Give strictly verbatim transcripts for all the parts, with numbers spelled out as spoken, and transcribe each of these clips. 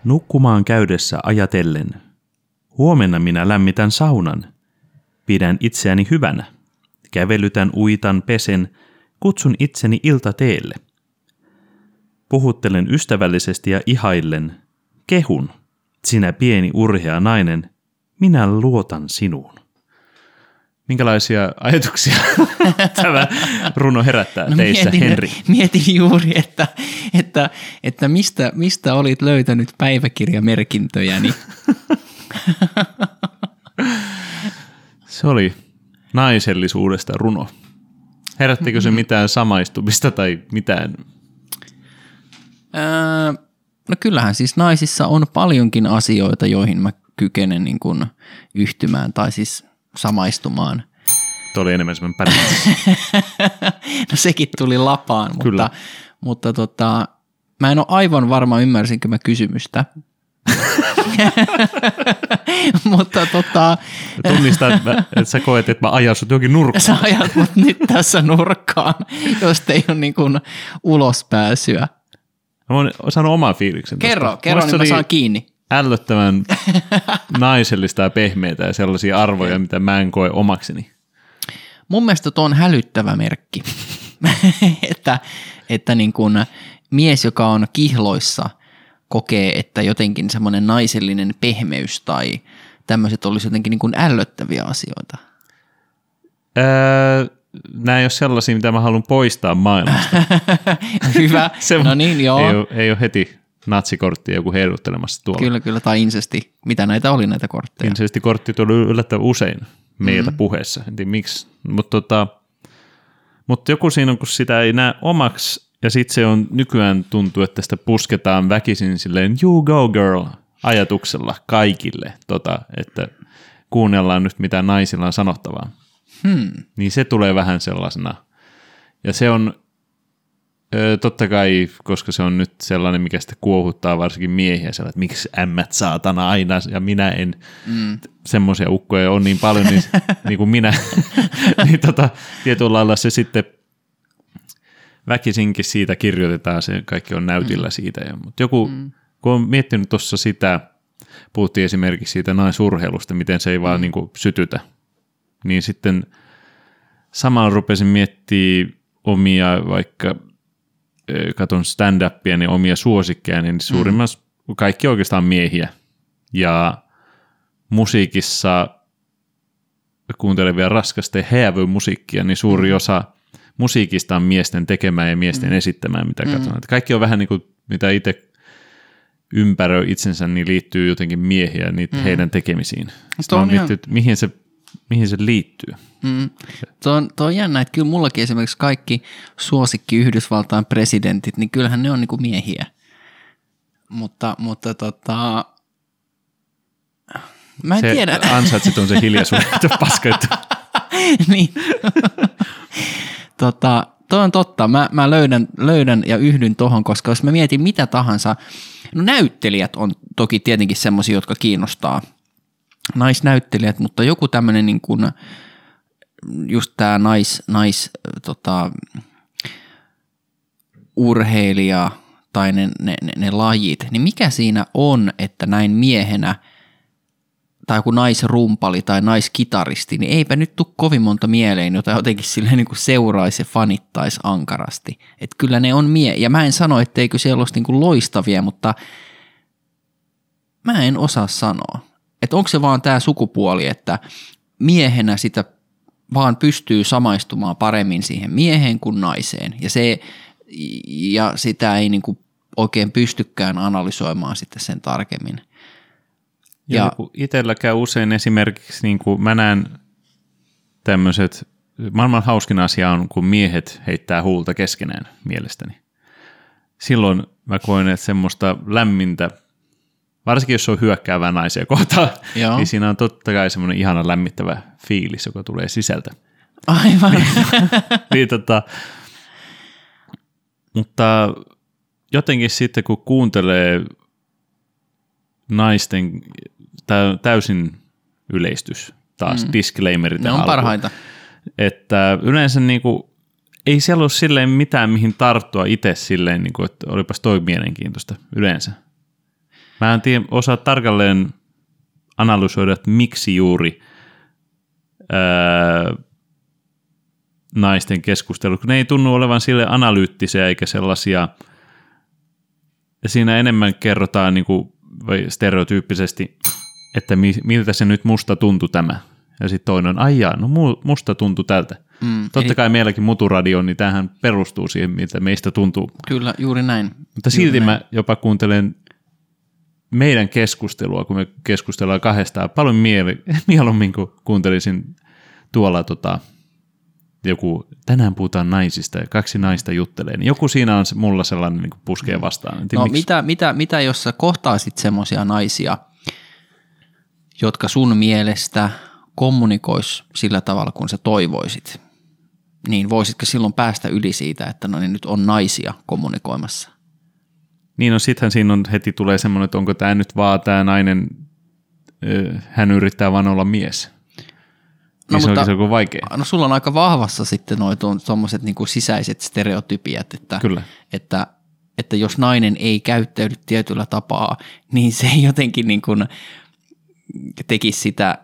Nukkumaan käydessä ajatellen. Huomenna minä lämmitän saunan. Pidän itseäni hyvänä. Kävelytän, uitan, pesen. Kutsun itseni iltateelle. Puhuttelen ystävällisesti ja ihaillen. Kehun. Sinä pieni urhea nainen. Minä luotan sinuun. Minkälaisia ajatuksia tämä runo herättää no teissä, mietin, Henri? Mietin juuri, että, että, että mistä, mistä olit löytänyt päiväkirjamerkintöjäni. Se oli naisellisuudesta runo. Herättikö se mitään samaistumista tai mitään? Öö, no kyllähän siis naisissa on paljonkin asioita, joihin mä kykenen niin kuin yhtymään tai siis samaistumaan. Tuo oli enemmän semmoinen pärjäs. No sekin tuli lapaan, Kyllä. mutta, mutta tota, mä en ole aivan varma, ymmärsinkö mä kysymystä. Mutta tota... Tunnistan, että sä koet, että mä ajan sut johonkin nurkkaan. Sä ajat mut nyt tässä nurkkaan, josta ei ole niin kuin ulospääsyä. Mä voin sanoa oman fiiliksen. Kerro, tosta. kerro, niin mä saan kiinni. Ällöttävän naisellista ja pehmeitä ja sellaisia arvoja, mitä mä en koe omakseni. Mun mielestä tuo on hälyttävä merkki, että, että niin kuin mies, joka on kihloissa, kokee, että jotenkin semmoinen naisellinen pehmeys tai tämmöiset olisi jotenkin niin kuin ällöttäviä asioita. Öö, nämä ei ole sellaisia, mitä mä haluan poistaa maailmasta. Hyvä, Se, no niin joo. Ei ole, ei ole heti natsikorttia joku heiluttelemassa tuolla. Kyllä, kyllä, tai insesti. Mitä näitä oli näitä kortteja? Insestikortti tuli yllättävän usein meiltä mm-hmm. puheessa, en tiedä miksi. Mutta tota, mut joku siinä on, kun sitä ei näe omaksi, ja sitten se on nykyään tuntuu, että sitä pusketaan väkisin silleen you go girl ajatuksella kaikille, tota, että kuunnellaan nyt mitä naisilla on sanottavaa. Hmm. Niin se tulee vähän sellaisena. Ja se on ö, totta kai, koska se on nyt sellainen, mikä sitä kuohuttaa varsinkin miehiä, sellainen, että miksi ämmät saatana aina ja minä en, mm. semmoisia ukkoja on niin paljon, niin, niin kuin minä, niin tota, tietyllä lailla se sitten väkisinkin siitä kirjoitetaan, se kaikki on näytillä mm. siitä. Ja, mutta joku, mm. kun on miettinyt tuossa sitä, puhuttiin esimerkiksi siitä naisurheilusta, miten se ei vaan mm. niin kuin sytytä, niin sitten samalla rupesin miettimään omia, vaikka katon stand-upia, niin omia suosikkeja, niin suurimmassa mm. kaikki oikeastaan miehiä. Ja musiikissa kuuntelen vielä raskasta ja heavy musiikkia, niin suuri mm. osa musiikista on miesten tekemää ja miesten mm. esittämää, mitä katson. Mm. Kaikki on vähän niin kuin, mitä itse ympäröi itsensä, niin liittyy jotenkin miehiä niitä mm. heidän tekemisiin. Sitten mä miettinyt, että mihin se, mihin se liittyy. Mm. Tuo on, tuo on jännä, että kyllä mullakin esimerkiksi kaikki suosikki Yhdysvaltain presidentit, niin kyllähän ne on niin kuin miehiä. Mutta, mutta tota... Mä en se tiedä. Ansaitsit on se hiljaisuuden paskattu. Niin. tota, toi on totta. Mä, mä löydän, löydän ja yhdyn tohon, koska jos mä mietin mitä tahansa, no näyttelijät on toki tietenkin semmoisia, jotka kiinnostaa. Naisnäyttelijät, mutta joku tämmöinen niin kuin, just tää nais, nais tota, urheilija tai ne, ne, ne, ne lajit, niin mikä siinä on, että näin miehenä tai joku naisrumpali tai naiskitaristi, niin eipä nyt tule kovin monta mieleen, jota jotenkin silleen niin kuin seuraisi ja fanittaisi ankarasti. Että kyllä ne on mie, ja mä en sano, etteikö siellä olisi niin kuin loistavia, mutta mä en osaa sanoa. Että onko se vaan tämä sukupuoli, että miehenä sitä vaan pystyy samaistumaan paremmin siihen mieheen kuin naiseen, ja, se, ja sitä ei niin kuin oikein pystykään analysoimaan sitten sen tarkemmin. Ja, ja itsellä käy usein esimerkiksi, niin kuin mä näen tämmöiset, maailman hauskin asia on, kun miehet heittää huulta keskenään mielestäni. Silloin mä koen, että semmoista lämmintä, varsinkin jos on hyökkäävää naisia kohtaan, Joo. niin siinä on totta kai semmoinen ihana lämmittävä fiilis, joka tulee sisältä. Aivan. niin, niin, tota, mutta jotenkin sitten kun kuuntelee naisten täysin yleistys, taas mm. disclaimerit. Ne on alkuun. Parhaita. Että yleensä niinku, ei siellä ole silleen mitään, mihin tarttua itse silleen, niinku, että olipas toi mielenkiintoista yleensä. Mä en tiedä, osaa tarkalleen analysoida, että miksi juuri ää, naisten keskustelu, kun ne ei tunnu olevan sille analyyttisiä eikä sellaisia, ja siinä enemmän kerrotaan niin kuin, vai stereotyyppisesti, että mi, miltä se nyt musta tuntui tämä. Ja sitten toinen on, ai jaa, no musta tuntui tältä. Mm, Totta eli... kai meilläkin Muturadio, niin tämähän perustuu siihen, miltä meistä tuntuu. Kyllä, juuri näin. Mutta silti juuri mä näin. jopa kuuntelen meidän keskustelua, kun me keskustellaan kahdestaan, paljon mieli, mieluummin kuin kuuntelisin tuolla tota, joku, tänään puhutaan naisista ja kaksi naista juttelee, niin joku siinä on mulla sellainen niin kuin puskee vastaan. No mitä, mitä, mitä jos sä kohtaisit semmoisia naisia, jotka sun mielestä kommunikois sillä tavalla, kun sä toivoisit, niin voisitko silloin päästä yli siitä, että no niin nyt on naisia kommunikoimassa? Niin no sittenhän siinä on heti tulee semmoinen, että onko tämä nyt vaan tämä nainen, hän yrittää vaan olla mies. No, niin mutta, se on vaikea. No sulla on aika vahvassa sitten noi tuommoiset niinku sisäiset stereotypiat, että, Kyllä. että, että jos nainen ei käyttäydy tietyllä tapaa, niin se ei jotenkin niin kuin tekisi sitä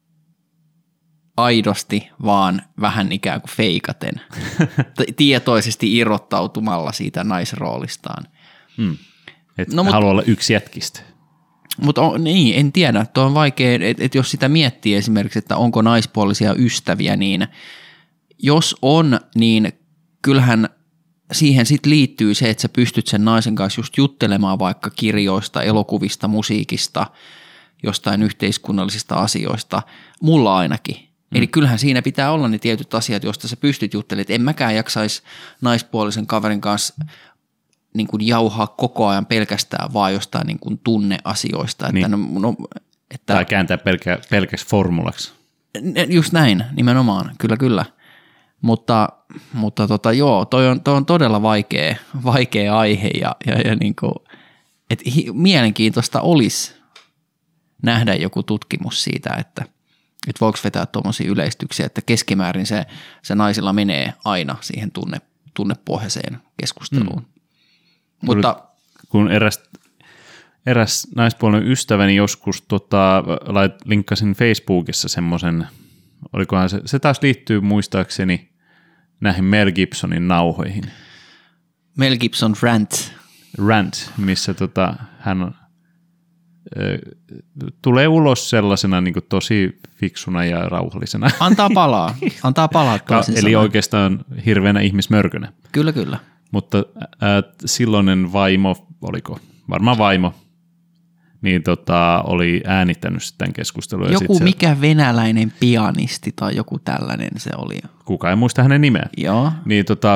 aidosti, vaan vähän ikään kuin feikaten, tietoisesti irrottautumalla siitä naisroolistaan. Hmm. Että no, haluaa olla yksi jätkistä. Mutta niin, en tiedä. Tuo on vaikea, että et jos sitä miettii esimerkiksi, että onko naispuolisia ystäviä, niin jos on, niin kyllähän siihen sitten liittyy se, että sä pystyt sen naisen kanssa just juttelemaan vaikka kirjoista, elokuvista, musiikista, jostain yhteiskunnallisista asioista, mulla ainakin. Mm. Eli kyllähän siinä pitää olla ne tietyt asiat, joista sä pystyt juttelemaan. En mäkään jaksaisi naispuolisen kaverin kanssa niin kuin jauhaa koko ajan pelkästään vaan jostain niin kuin tunneasioista. Että niin. no, no, että, tai kääntää pelkä, pelkäksi formulaksi. Just näin, nimenomaan, kyllä kyllä. Mutta, mutta tota, joo, toi on, toi on todella vaikea, vaikea aihe ja, ja, ja niin kuin, et hi, mielenkiintoista olisi nähdä joku tutkimus siitä, että et voiko vetää tuommoisia yleistyksiä, että keskimäärin se, se naisilla menee aina siihen tunne, tunnepohjaiseen keskusteluun. Mm. Mutta, kun eräs, eräs naispuolinen ystäväni joskus tota, lait, linkkasin Facebookissa semmoisen, olikohan se, se taas liittyy muistaakseni näihin Mel Gibsonin nauhoihin. Mel Gibson Rant. Rant, missä tota, hän on, ö, tulee ulos sellaisena niin kuin tosi fiksuna ja rauhallisena. Antaa palaa, antaa palaa toisin Eli sanoen. Oikeastaan hirveänä ihmismörkönä. Kyllä, kyllä. Mutta äh, silloinen vaimo, oliko varmaan vaimo, niin tota, oli äänittänyt tämän keskustelun. Joku se, mikä venäläinen pianisti tai joku tällainen se oli. Kuka ei muista hänen nimeä. Joo. Niin tota,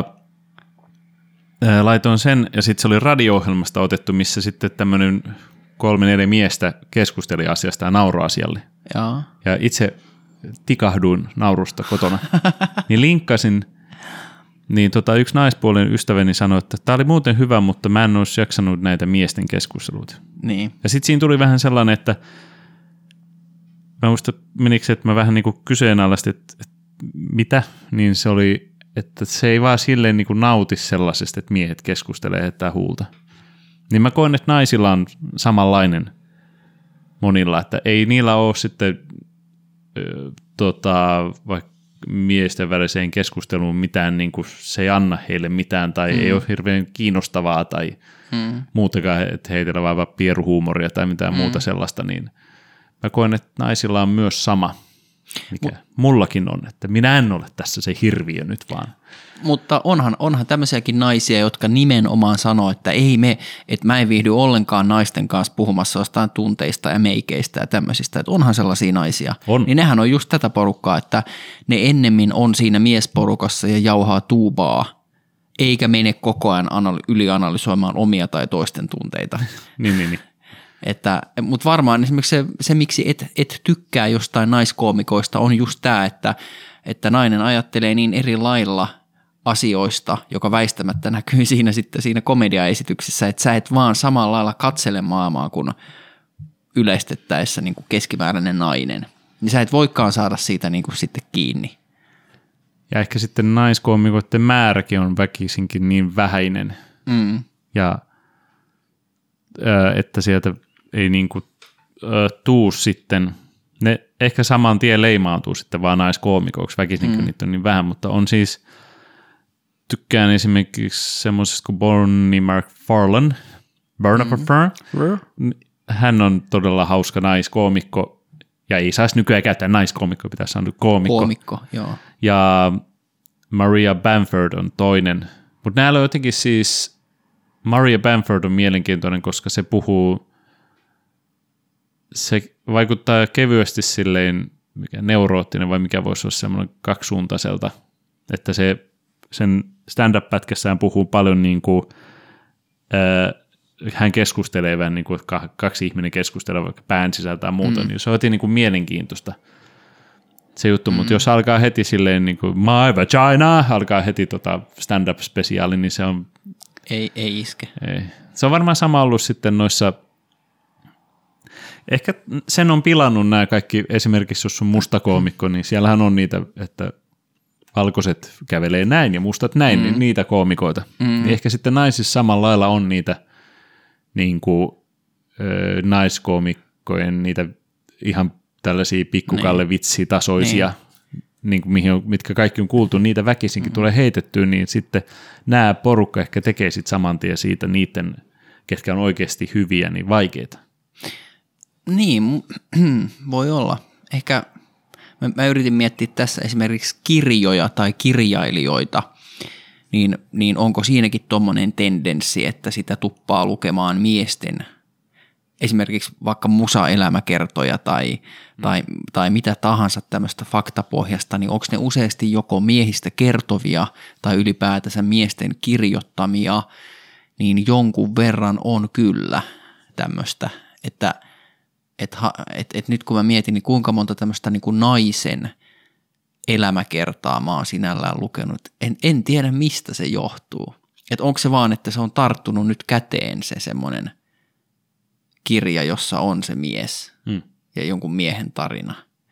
äh, laitoin sen ja sitten se oli radio-ohjelmasta otettu, missä sitten tämmöinen kolme neljä miestä keskusteli asiasta ja nauroi asialle. Joo. Ja itse tikahduin naurusta kotona. Niin linkkasin. Niin tota, yksi naispuolinen ystäväni sanoi, että tämä oli muuten hyvä, mutta mä en olisi jaksanut näitä miesten keskusteluita. Niin. Ja sitten siinä tuli vähän sellainen, että mä muistan, menikö se, että mä vähän niin kuin kyseenalaistin, että, että mitä, niin se oli, että se ei vaan silleen niin kuin nauti sellaisesta, että miehet keskustelee heittää huulta. Niin mä koen, että naisilla on samanlainen monilla, että ei niillä ole sitten ö, tota, vaikka miesten väliseen keskusteluun mitään, niin kuin se ei anna heille mitään tai mm. ei ole hirveän kiinnostavaa tai mm. muutakaan, että heitellä vaan pieruhuumoria tai mitään mm. muuta sellaista, niin mä koen, että naisilla on myös sama, mikä Mut, mullakin on, että minä en ole tässä se hirviö nyt vaan. Mutta onhan, onhan tämmöisiäkin naisia, jotka nimenomaan sanoo, että ei me, että mä en viihdy ollenkaan naisten kanssa puhumassa jostain tunteista ja meikeistä ja tämmöisistä, että onhan sellaisia naisia. On. Niin nehän on just tätä porukkaa, että ne ennemmin on siinä miesporukassa ja jauhaa tuubaa, eikä mene koko ajan anal- ylianalysoimaan omia tai toisten tunteita. niin, niin, niin. Että, mutta varmaan esimerkiksi se, se miksi et, et tykkää jostain naiskoomikoista on just tämä, että, että nainen ajattelee niin eri lailla asioista, joka väistämättä näkyy siinä sitten siinä komediaesityksessä, että sä et vaan samalla lailla katsele maailmaa kuin yleistettäessä niin kuin keskimääräinen nainen. Niin sä et voikaan saada siitä niin kuin sitten kiinni. Ja ehkä sitten naiskoomikoiden määräkin on väkisinkin niin vähäinen. Mm. Ja että sieltä ei niinku, ö, tuu sitten, ne ehkä saman tien leimautuu sitten vaan naiskoomikoiksi, väkisinkin mm. niitä on niin vähän, mutta on siis, tykkään esimerkiksi semmoisesta kuin Bonnie McFarlane, Barnacle mm. hän on todella hauska naiskoomikko, ja ei saisi nykyään käyttää naiskoomikko, pitäisi sanoa koomikko. Koomikko, joo. Ja Maria Bamford on toinen, mutta näillä on jotenkin siis, Maria Bamford on mielenkiintoinen, koska se puhuu, se vaikuttaa kevyesti silleen, mikä neuroottinen vai mikä voisi olla semmoinen kaksisuuntaiselta, että se sen stand-up-pätkässään puhuu paljon niin kuin, äh, hän keskustelee vähän niin kuin kaksi ihminen keskustelee vaikka pään sisältä ja muuta, mm. niin se on jotenkin niin kuin mielenkiintoista se juttu, mm. mutta jos alkaa heti silleen niin kuin my vagina, alkaa heti tota stand-up-spesiaali, niin se on Ei, ei iske. Ei. Se on varmaan sama ollut sitten noissa, ehkä sen on pilannut nämä kaikki, esimerkiksi jos on musta koomikko, niin siellähän on niitä, että valkoiset kävelee näin ja mustat näin, mm. niin niitä koomikoita. Mm. Niin ehkä sitten naisissa samalla lailla on niitä niin kuin, ö, naiskoomikkojen, niitä ihan tällaisia pikkukalle-vitsitasoisia, niin. Niin kuin, mihin on, mitkä kaikki on kuultu, niitä väkisinkin mm. tulee heitettyä, niin sitten nämä porukka ehkä tekee sitten saman tien siitä niiden, ketkä on oikeasti hyviä, niin vaikeita. Niin, voi olla. Ehkä mä, mä yritin miettiä tässä esimerkiksi kirjoja tai kirjailijoita, niin, niin onko siinäkin tommoinen tendenssi, että sitä tuppaa lukemaan miesten, esimerkiksi vaikka musa-elämäkertoja tai, mm. tai, tai mitä tahansa tämmöistä faktapohjasta, niin onko ne useasti joko miehistä kertovia tai ylipäätänsä miesten kirjoittamia, niin jonkun verran on kyllä tämmöistä, että et, et, et nyt kun mä mietin, niin kuinka monta tämmöistä niin kuin naisen elämäkertaa mä oon sinällään lukenut, en, en tiedä mistä se johtuu. Että onko se vaan, että se on tarttunut nyt käteen se semmoinen kirja, jossa on se mies hmm. ja jonkun miehen tarina.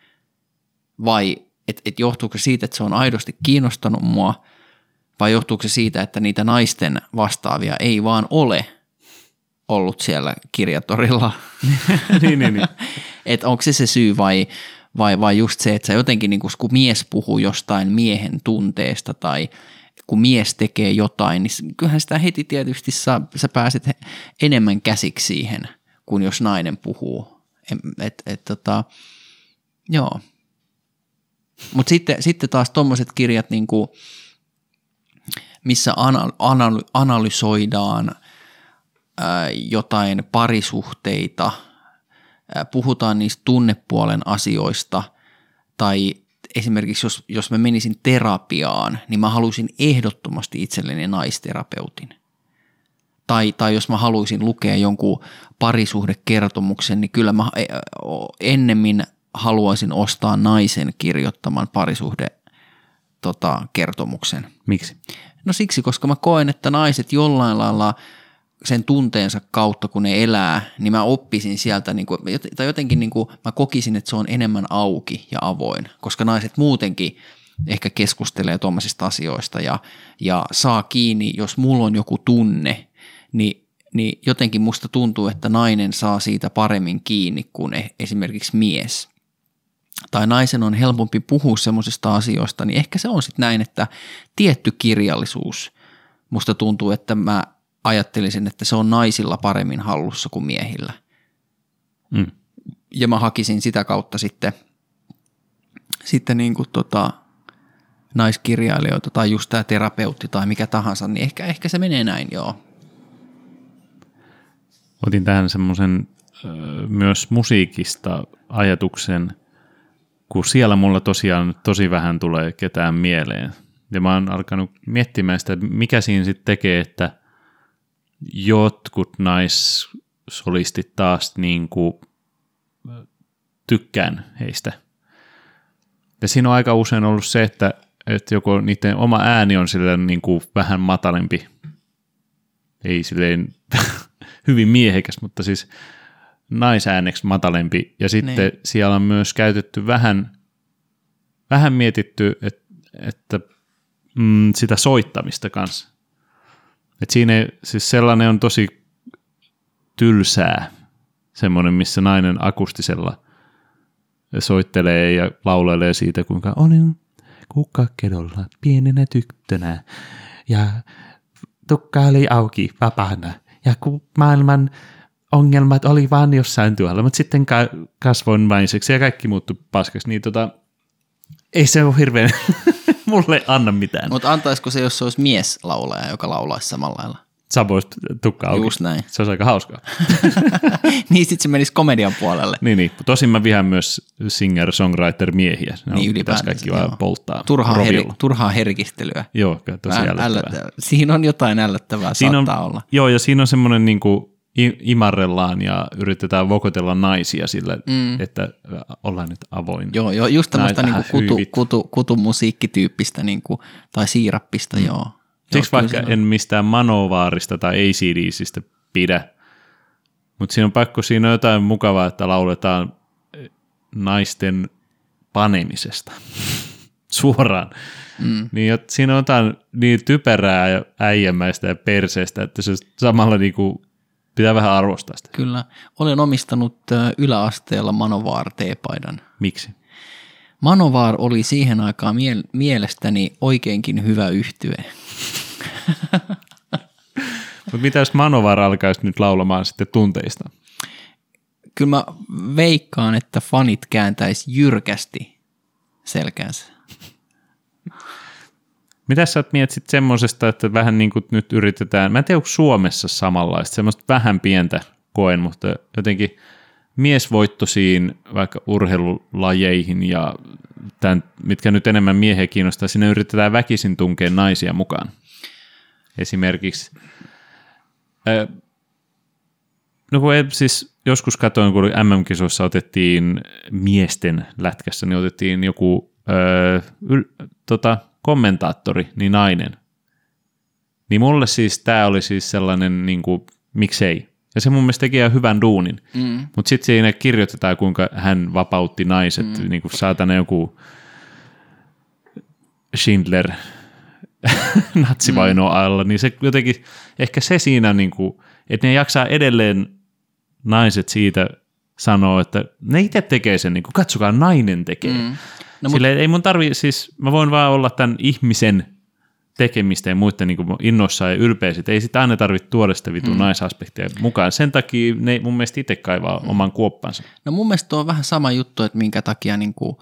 Vai että et johtuuko se siitä, että se on aidosti kiinnostanut mua, vai johtuuko se siitä, että niitä naisten vastaavia ei vaan ole ollut siellä kirjatorilla? niin, niin, niin. Että onko se se syy vai, vai, vai just se, että sä jotenkin, niin kun mies puhuu jostain miehen tunteesta tai kun mies tekee jotain, niin kyllähän sitä heti tietysti saa, sä pääset enemmän käsiksi siihen, kuin jos nainen puhuu. Et, et, tota, joo. Mutta sitten, sitten taas tommoset kirjat, niin kuin, missä anal- analysoidaan ää, jotain parisuhteita, ää, puhutaan niistä tunnepuolen asioista, tai esimerkiksi jos, jos mä menisin terapiaan, niin mä haluaisin ehdottomasti itselleni naisterapeutin. Tai, tai jos mä haluaisin lukea jonkun parisuhdekertomuksen, niin kyllä mä ennemmin haluaisin ostaa naisen kirjoittaman parisuhde tota, kertomuksen. Miksi? No siksi, koska mä koen, että naiset jollain lailla sen tunteensa kautta, kun ne elää, niin mä oppisin sieltä, niin kuin, tai jotenkin niin kuin, mä kokisin, että se on enemmän auki ja avoin, koska naiset muutenkin ehkä keskustelee tuommoisista asioista ja, ja saa kiinni, jos mulla on joku tunne, niin, niin jotenkin musta tuntuu, että nainen saa siitä paremmin kiinni kuin esimerkiksi mies. Tai naisen on helpompi puhua semmoisista asioista, niin ehkä se on sitten näin, että tietty kirjallisuus, musta tuntuu, että mä ajattelisin, että se on naisilla paremmin hallussa kuin miehillä. Mm. Ja mä hakisin sitä kautta sitten, sitten niin kuin tota, naiskirjailijoita tai just tämä terapeutti tai mikä tahansa, niin ehkä, ehkä se menee näin, joo. Otin tähän semmoisen myös musiikista ajatuksen, kun siellä mulla tosiaan tosi vähän tulee ketään mieleen. Ja mä oon alkanut miettimään sitä, mikä siinä sitten tekee, että jotkut naissolistit taas niin kuin tykkään heistä. Ja siinä on aika usein ollut se, että, että joko niiden oma ääni on silleen niin kuin vähän matalempi, ei silleen hyvin miehekäs, mutta siis naisääneksi matalempi. Ja sitten niin. Siellä on myös käytetty vähän, vähän mietitty, että, että mm, sitä soittamista kanssa. Et siinä siis sellainen on tosi tylsää semmoinen, missä nainen akustisella soittelee ja laulelee siitä, kuinka olin kukkakedolla pienenä tyttönä ja tukka oli auki vapaana ja kun maailman ongelmat oli vaan jossain tuolla, mutta sitten ka- kasvoin naiseksi ja kaikki muuttui paskaksi, niin tota, ei se ole hirveän, mulle anna mitään. Mutta antaisiko se, jos se olisi mies laulaja, joka laulaisi samalla lailla? Samoista tukka auki. Just näin. Se olisi aika hauskaa. Niin sitten se menisi komedian puolelle. niin, niin. Tosin mä vihaan myös singer-songwriter-miehiä. Ne niin ylipäätään. Kaikki vaan joo. polttaa. Turhaa, her, turhaa herkistelyä. Joo, tosi ällöttävää. Siinä on jotain ällöttävää, siinä saattaa on, olla. Joo, ja siinä on semmoinen niin kuin imarrellaan ja yritetään vokotella naisia sillä, mm. että ollaan nyt avoin. Joo, joo just tämmöistä niin kutu, kutu, kutumusiikkityyppistä niin kuin, tai siirappista, mm. joo. Siksi vaikka en mistään Manowarista tai A C D C:stä pidä, mutta siinä on pakko, siinä on jotain mukavaa, että lauletaan naisten panemisesta suoraan. Mm. Niin, siinä on jotain niin typerää ja äijämäistä ja perseestä, että se samalla niinku pitää vähän arvostaa sitä. Kyllä. Olen omistanut yläasteella Manowar T-paidan. Miksi? Manowar oli siihen aikaan mie- mielestäni oikeinkin hyvä yhtye. Mutta mitä jos Manowar alkaisi nyt laulamaan sitten tunteista? Kyllä mä veikkaan, että fanit kääntäisi jyrkästi selkäänsä. Mitä sä mietit semmoisesta, että vähän niin kuin nyt yritetään, mä en tiedä, onko Suomessa samanlaista, semmoista vähän pientä koen, mutta jotenkin miesvoittosiin vaikka urheilulajeihin ja tämän, mitkä nyt enemmän miehiä kiinnostaa, sinne yritetään väkisin tunkea naisia mukaan. Esimerkiksi, ää, no kun ei, siis joskus katsoin, kun M M-kisoissa otettiin miesten lätkässä, niin otettiin joku ää, yl, tota, kommentaattori, niin nainen. Niin mulle siis tämä oli siis sellainen, niin kuin, miksei. Ja se mun mielestä teki ihan hyvän duunin. Mm. Mutta sitten siinä kirjoitetaan, kuinka hän vapautti naiset, mm. niin kuin saatana joku Schindler natsivainoa mm. alla, niin se jotenkin, ehkä se siinä, niin kuin, että ne jaksaa edelleen naiset siitä sanoa, että ne itse tekee sen, niin kuin, katsokaa, nainen tekee. Mm. No, Silleen, mut... ei mun tarvi, siis mä voin vaan olla tämän ihmisen tekemistä ja muiden niin innoissaan ja ylpeä, että ei sitä aina tarvitse tuoda sitä vitun mm. naisaspektia mukaan. Sen takia ne mun mielestä itse kaivaa mm. oman kuoppansa. No mun mielestä on vähän sama juttu, että minkä takia niin kuin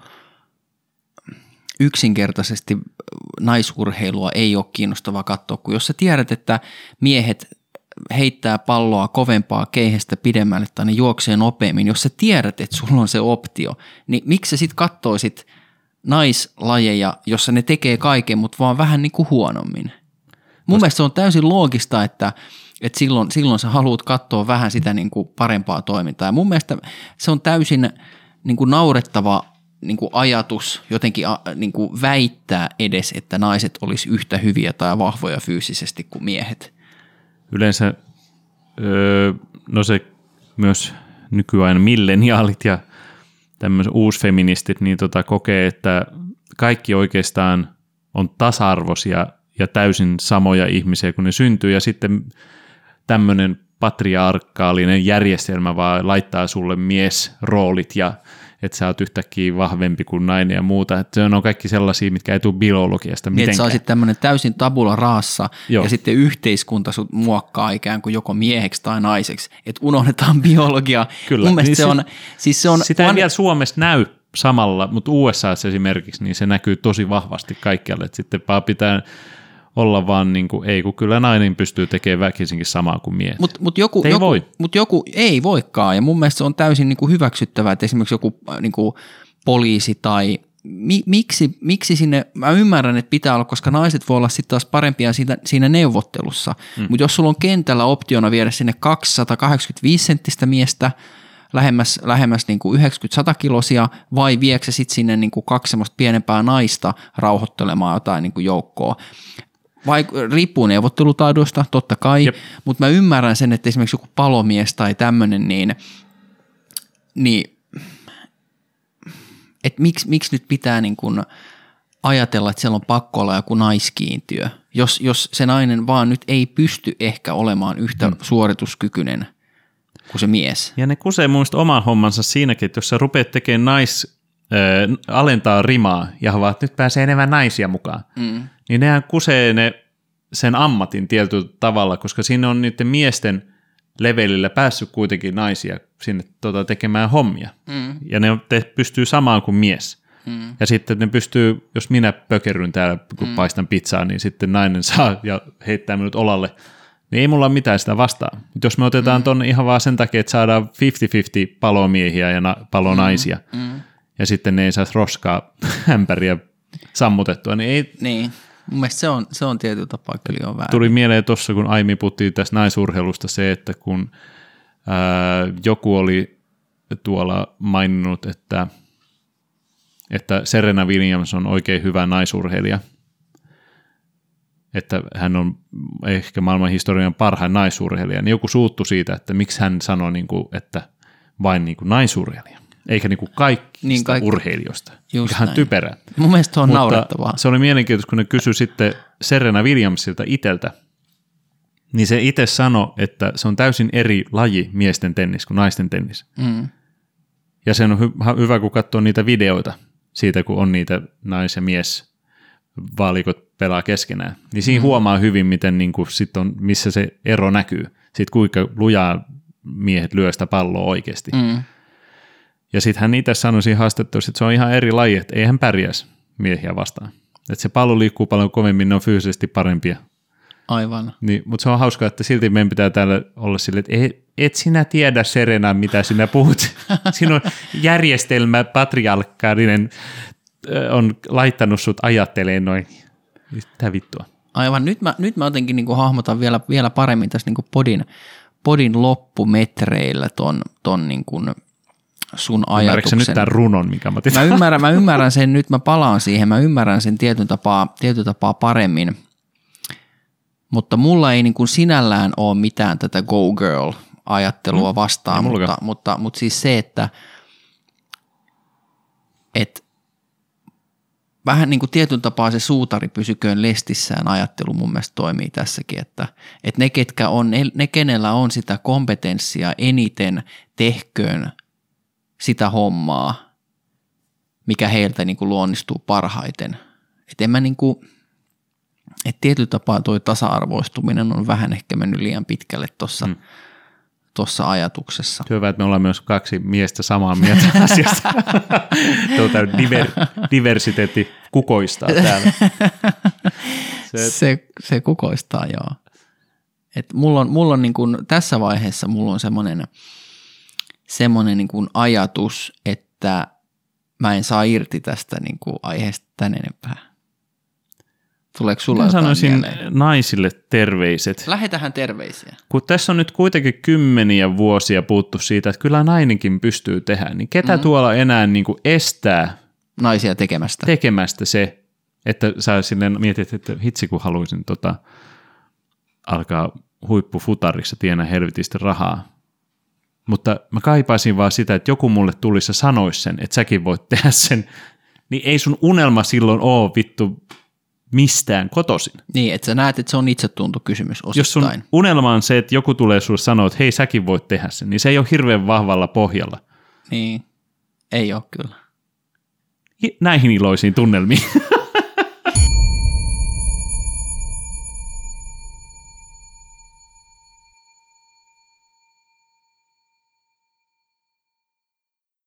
yksinkertaisesti naisurheilua ei ole kiinnostavaa katsoa, kun jos sä tiedät, että miehet heittää palloa kovempaa keihästä pidemmälle tai ne juoksee nopeammin, jos sä tiedät, että sulla on se optio, niin miksi sä sit kattoisit naislajeja, jossa ne tekee kaiken, mutta vaan vähän niin kuin huonommin. Mun Vast... mielestä se on täysin loogista, että, että silloin, silloin sä haluat katsoa vähän sitä niin kuin parempaa toimintaa. Ja mun mielestä se on täysin niin kuin naurettava niin kuin ajatus jotenkin niin kuin väittää edes, että naiset olisi yhtä hyviä tai vahvoja fyysisesti kuin miehet. Yleensä öö, no se myös nykyään milleniaalit ja tämmöiset uusfeministit niin tota kokee, että kaikki oikeastaan on tasa-arvoisia ja täysin samoja ihmisiä, kun ne syntyy, ja sitten tämmöinen patriarkaalinen järjestelmä vaan laittaa sulle miesroolit ja että sä oot yhtäkkiä vahvempi kuin nainen ja muuta. Että se on kaikki sellaisia, mitkä ei tule biologiasta mitenkään. Niin, että sä olisit tämmöinen täysin tabula raassa, Joo. ja sitten yhteiskunta sut muokkaa ikään kuin joko mieheksi tai naiseksi. Että unohdetaan biologia. Kyllä. Mun mielestä niin se, se on... Siis se on sitä ei vielä Suomessa näy samalla, mutta U S A:ssa esimerkiksi niin se näkyy tosi vahvasti kaikkialle. Että sitten vaan pitää olla vaan niin kuin, ei kun kyllä nainen pystyy tekemään väkisinkin samaa kuin mies. Mutta mut joku, ei joku, voi. Mut joku ei voikaan, ja mun mielestä se on täysin niin kuin hyväksyttävää, että esimerkiksi joku niin kuin poliisi tai mi, miksi, miksi sinne, mä ymmärrän, että pitää olla, koska naiset voi olla sitten taas parempia siinä, siinä neuvottelussa, mm. mutta jos sulla on kentällä optiona viedä sinne kaksisataakahdeksankymmentäviisi senttistä miestä, lähemmäs, lähemmäs niin kuin yhdeksänkymmentä kilosia, vai viekö sitten sinne niin kuin kaksi semmoista pienempää naista rauhoittelemaan jotain niin kuin joukkoa. Vai riippuu neuvottelutaidoista, totta kai, mutta mä ymmärrän sen, että esimerkiksi joku palomies tai tämmöinen, niin, niin että miksi, miksi nyt pitää niin kuin ajatella, että siellä on pakko olla joku naiskiintiö, jos, jos se nainen vaan nyt ei pysty ehkä olemaan yhtä hmm. suorituskykyinen. kuin se mies. Ja ne kusee mun mielestä oman hommansa siinäkin, että jos sä rupeat tekemään nais, äh, alentaa rimaa ja vaan, että nyt pääsee enemmän naisia mukaan, mm. niin nehän kusee ne sen ammatin tietyllä tavalla, koska siinä on niiden miesten levelillä päässyt kuitenkin naisia sinne tota, tekemään hommia. Mm. Ja ne te, pystyy samaan kuin mies. Mm. Ja sitten ne pystyy, jos minä pökerryn täällä, kun mm. paistan pizzaa, niin sitten nainen saa ja heittää minut olalle. Niin ei mulla ole mitään sitä vastaan. Mutta jos me otetaan mm. tonne ihan vaan sen takia, että saadaan viisikymmentä viisikymmentä palomiehiä ja na- palonaisia, mm. Mm. ja sitten ne ei saisi roskaa ämpäriä sammutettua, niin ei... Niin. Mun mielestä se on, se on tietyllä tapaa kyllä jo väärin. Tuli mieleen tuossa, kun aiemmin puhuttiin tästä naisurheilusta se, että kun ää, joku oli tuolla maininnut, että, että Serena Williams on oikein hyvä naisurheilija, että hän on ehkä maailman historian parhain naisurheilija, niin joku suuttui siitä, että miksi hän sanoi, niin kuin, että vain niin kuin naisurheilija, eikä niin kuin kaikista niin kaikki, urheilijoista, ihan typerää. Mun mielestä on naurettavaa. Se oli mielenkiintoista, kun ne kysyi sitten Serena Williamsilta itseltä, niin se itse sanoi, että se on täysin eri laji miesten tennis kuin naisten tennis. Mm. Ja se on hy- hyvä, kun katsoo niitä videoita siitä, kun on niitä nais- ja mies vaalikot pelaa keskenään. Niin siinä mm. huomaa hyvin, miten niin kuin sit on, missä se ero näkyy. Siitä kuinka lujaa miehet lyö sitä palloa oikeasti. Mm. Ja sitten hän itse sanoi siinä haastattelussa, että se on ihan eri laji, että ei hän pärjäisi miehiä vastaan. Että se pallo liikkuu paljon kovemmin, ne on fyysisesti parempia. Aivan. Niin, mutta se on hauskaa, että silti meidän pitää täällä olla silleen, että et, et sinä tiedä, Serena, mitä sinä puhut. Sinun järjestelmä patriarkaalinen on laittanut sut ajattelemaan noin. Mitä vittua? Aivan. Nyt mä, nyt mä jotenkin niin kuin hahmotan vielä, vielä paremmin tässä niin kuin podin, podin loppumetreillä ton, ton niin kuin sun ajatuksen. Ymmärrätkö nyt tämän runon, mikä mä mä ymmärrän, mä ymmärrän sen, nyt mä palaan siihen, mä ymmärrän sen tietyn tapaa, tietyn tapaa paremmin, mutta mulla ei niin kuin sinällään ole mitään tätä go girl-ajattelua mm, vastaan, mutta, mutta, mutta siis se, että et, vähän niin kuin tietyn tapaa se suutari pysyköön lestissään ajattelu mun mielestä toimii tässäkin, että, että ne, ketkä on, ne, ne, kenellä on sitä kompetenssia eniten, tehköön sitä hommaa, mikä heiltä niin kuin luonnistuu parhaiten. Että en mä niin kuin, että tietyllä tapaa toi tasa-arvoistuminen on vähän ehkä mennyt liian pitkälle tuossa hmm. tuossa ajatuksessa. Hyvä, että me ollaan myös kaksi miestä samaa mieltä asiasta. Tuota, diver, diversiteetti kukoistaa täällä. Se, se, se kukoistaa, joo. Et mulla on, mulla on niin kuin, tässä vaiheessa mulla on semmoinen semmoinen niin kuin ajatus, että mä en saa irti tästä niin kuin aiheesta tän enempää. Tuleeko sulla jotain sanoisin mieleen? Naisille terveiset. Lähetähän terveisiä. Kun tässä on nyt kuitenkin kymmeniä vuosia puhuttu siitä, että kyllä nainenkin pystyy tehdä, niin ketä mm-hmm. tuolla enää niin kuin estää naisia tekemästä. tekemästä se, että sä silleen mietit, että hitsi kun haluaisin tota, alkaa huippufutarissa tienaa helvetisti rahaa. Mutta mä kaipaisin vaan sitä, että joku mulle tulisi ja sanoisi sen, että säkin voit tehdä sen, niin ei sun unelma silloin ole vittu mistään kotoisin. Niin, että sä näet, että se on itsetuntokysymys osittain. Jos sun unelma on se, että joku tulee sulle sanoa, että hei säkin voit tehdä sen, niin se ei ole hirveän vahvalla pohjalla. Niin, ei ole kyllä. Näihin iloisiin tunnelmiin.